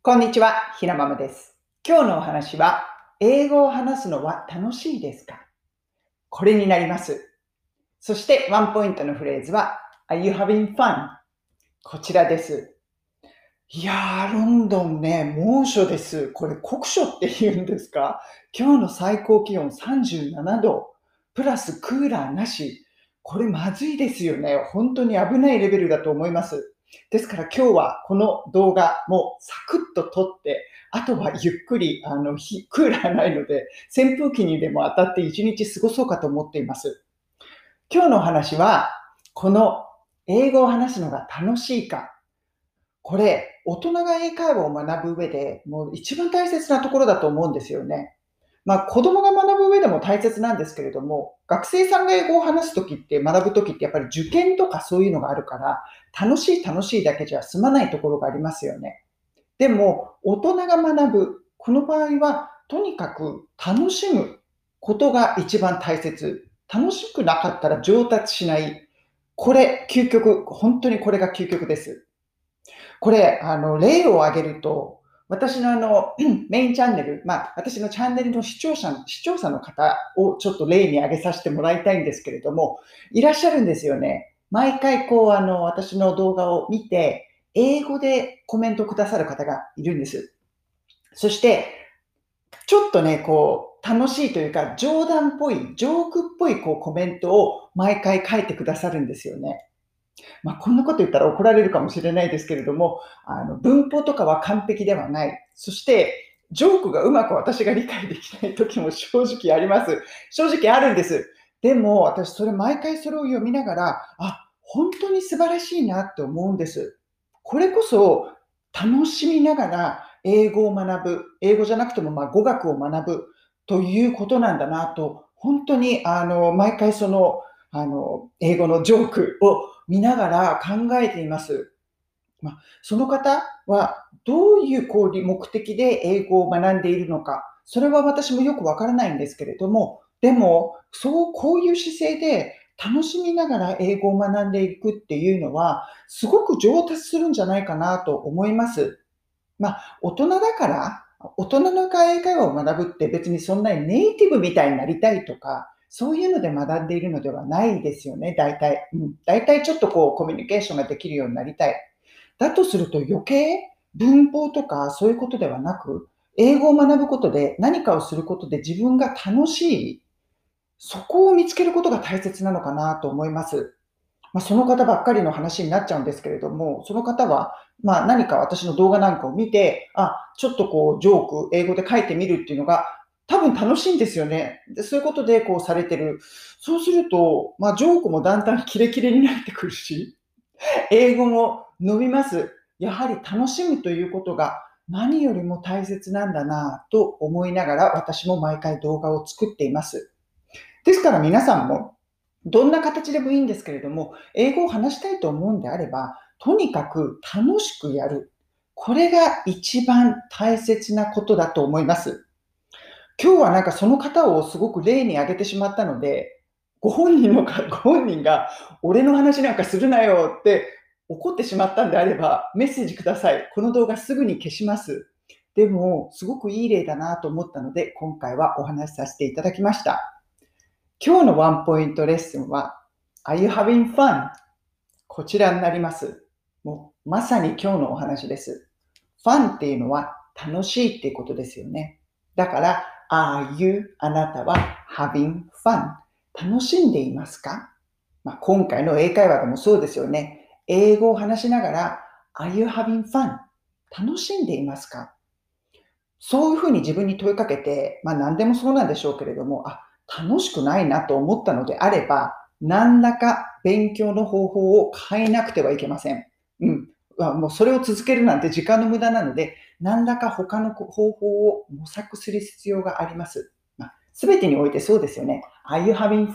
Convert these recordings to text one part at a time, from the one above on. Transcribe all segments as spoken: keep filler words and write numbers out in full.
こんにちは、ひなままです。今日のお話は、英語を話すのは楽しいですか？これになります。そして、ワンポイントのフレーズは、Are you having fun? こちらです。いやー、ロンドンね、猛暑です。これ酷暑って言うんですか？今日の最高気温さんじゅうななど、プラスクーラーなし。これまずいですよね。本当に危ないレベルだと思います。ですから今日はこの動画もサクッと撮って、あとはゆっくり、あの、ひクーラーないので、扇風機にでも当たって一日過ごそうかと思っています。今日のお話は、この英語を話すのが楽しいか、これ、大人が英会話を学ぶ上で、もう一番大切なところだと思うんですよね。まあ、子供が学ぶ上でも大切なんですけれども、学生さんが英語を話すときって、学ぶときってやっぱり受験とかそういうのがあるから、楽しい楽しいだけじゃ済まないところがありますよね。でも、大人が学ぶ、この場合は、とにかく楽しむことが一番大切。楽しくなかったら上達しない。これ、究極、本当にこれが究極です。これ、あの、例を挙げると、私のあの、メインチャンネル、まあ、私のチャンネルの視聴者、視聴者の方をちょっと例に挙げさせてもらいたいんですけれども、いらっしゃるんですよね。毎回こう、あの、私の動画を見て、英語でコメントくださる方がいるんです。そして、ちょっとね、こう、楽しいというか、冗談っぽい、ジョークっぽいこうコメントを毎回書いてくださるんですよね。まあ、こんなこと言ったら怒られるかもしれないですけれども、あの、文法とかは完璧ではない。そして、ジョークがうまく私が理解できない時も正直あります。正直あるんです。でも、私それ毎回それを読みながら、あ、本当に素晴らしいなって思うんです。これこそ楽しみながら英語を学ぶ、英語じゃなくてもまあ語学を学ぶということなんだなと、本当にあの毎回そのあの英語のジョークを見ながら考えています。まあ、その方はどういうこう目的で英語を学んでいるのか、それは私もよくわからないんですけれども、でも、そう、こういう姿勢で楽しみながら英語を学んでいくっていうのは、すごく上達するんじゃないかなと思います。まあ、大人だから、大人の英会話を学ぶって別にそんなにネイティブみたいになりたいとか、そういうので学んでいるのではないですよね、大体。うん、大体ちょっとこうコミュニケーションができるようになりたい。だとすると余計文法とかそういうことではなく、英語を学ぶことで何かをすることで自分が楽しい、そこを見つけることが大切なのかなと思います。まあ、その方ばっかりの話になっちゃうんですけれども、その方は、まあ、何か私の動画なんかを見て、あ、ちょっとこう、ジョーク、英語で書いてみるっていうのが、多分楽しいんですよね。で、そういうことでこうされてる。そうすると、まあ、ジョークもだんだんキレキレになってくるし、英語も伸びます。やはり楽しむということが何よりも大切なんだなと思いながら、私も毎回動画を作っています。ですから皆さんも、どんな形でもいいんですけれども、英語を話したいと思うんであれば、とにかく楽しくやる。これが一番大切なことだと思います。今日はなんかその方をすごく例に挙げてしまったので、ご本人のか、ご本人が俺の話なんかするなよって怒ってしまったんであれば、メッセージください。この動画すぐに消します。でも、すごくいい例だなと思ったので、今回はお話しさせていただきました。今日のワンポイントレッスンは、Are you having fun? こちらになります。もうまさに今日のお話です。fun っていうのは楽しいっていうことですよね。だから、Are you あなたは having fun? 楽しんでいますか？まあ、今回の英会話でもそうですよね。英語を話しながら、Are you having fun? 楽しんでいますか？そういうふうに自分に問いかけて、まあ何でもそうなんでしょうけれども、あ、楽しくないなと思ったのであれば、何らか勉強の方法を変えなくてはいけません。うん。もうそれを続けるなんて時間の無駄なので、何らか他の方法を模索する必要があります。まあ、全てにおいてそうですよね。Are you having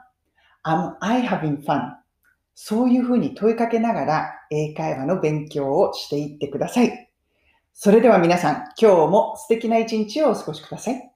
fun?Am I having fun? そういうふうに問いかけながら英会話の勉強をしていってください。それでは皆さん、今日も素敵な一日をお過ごしください。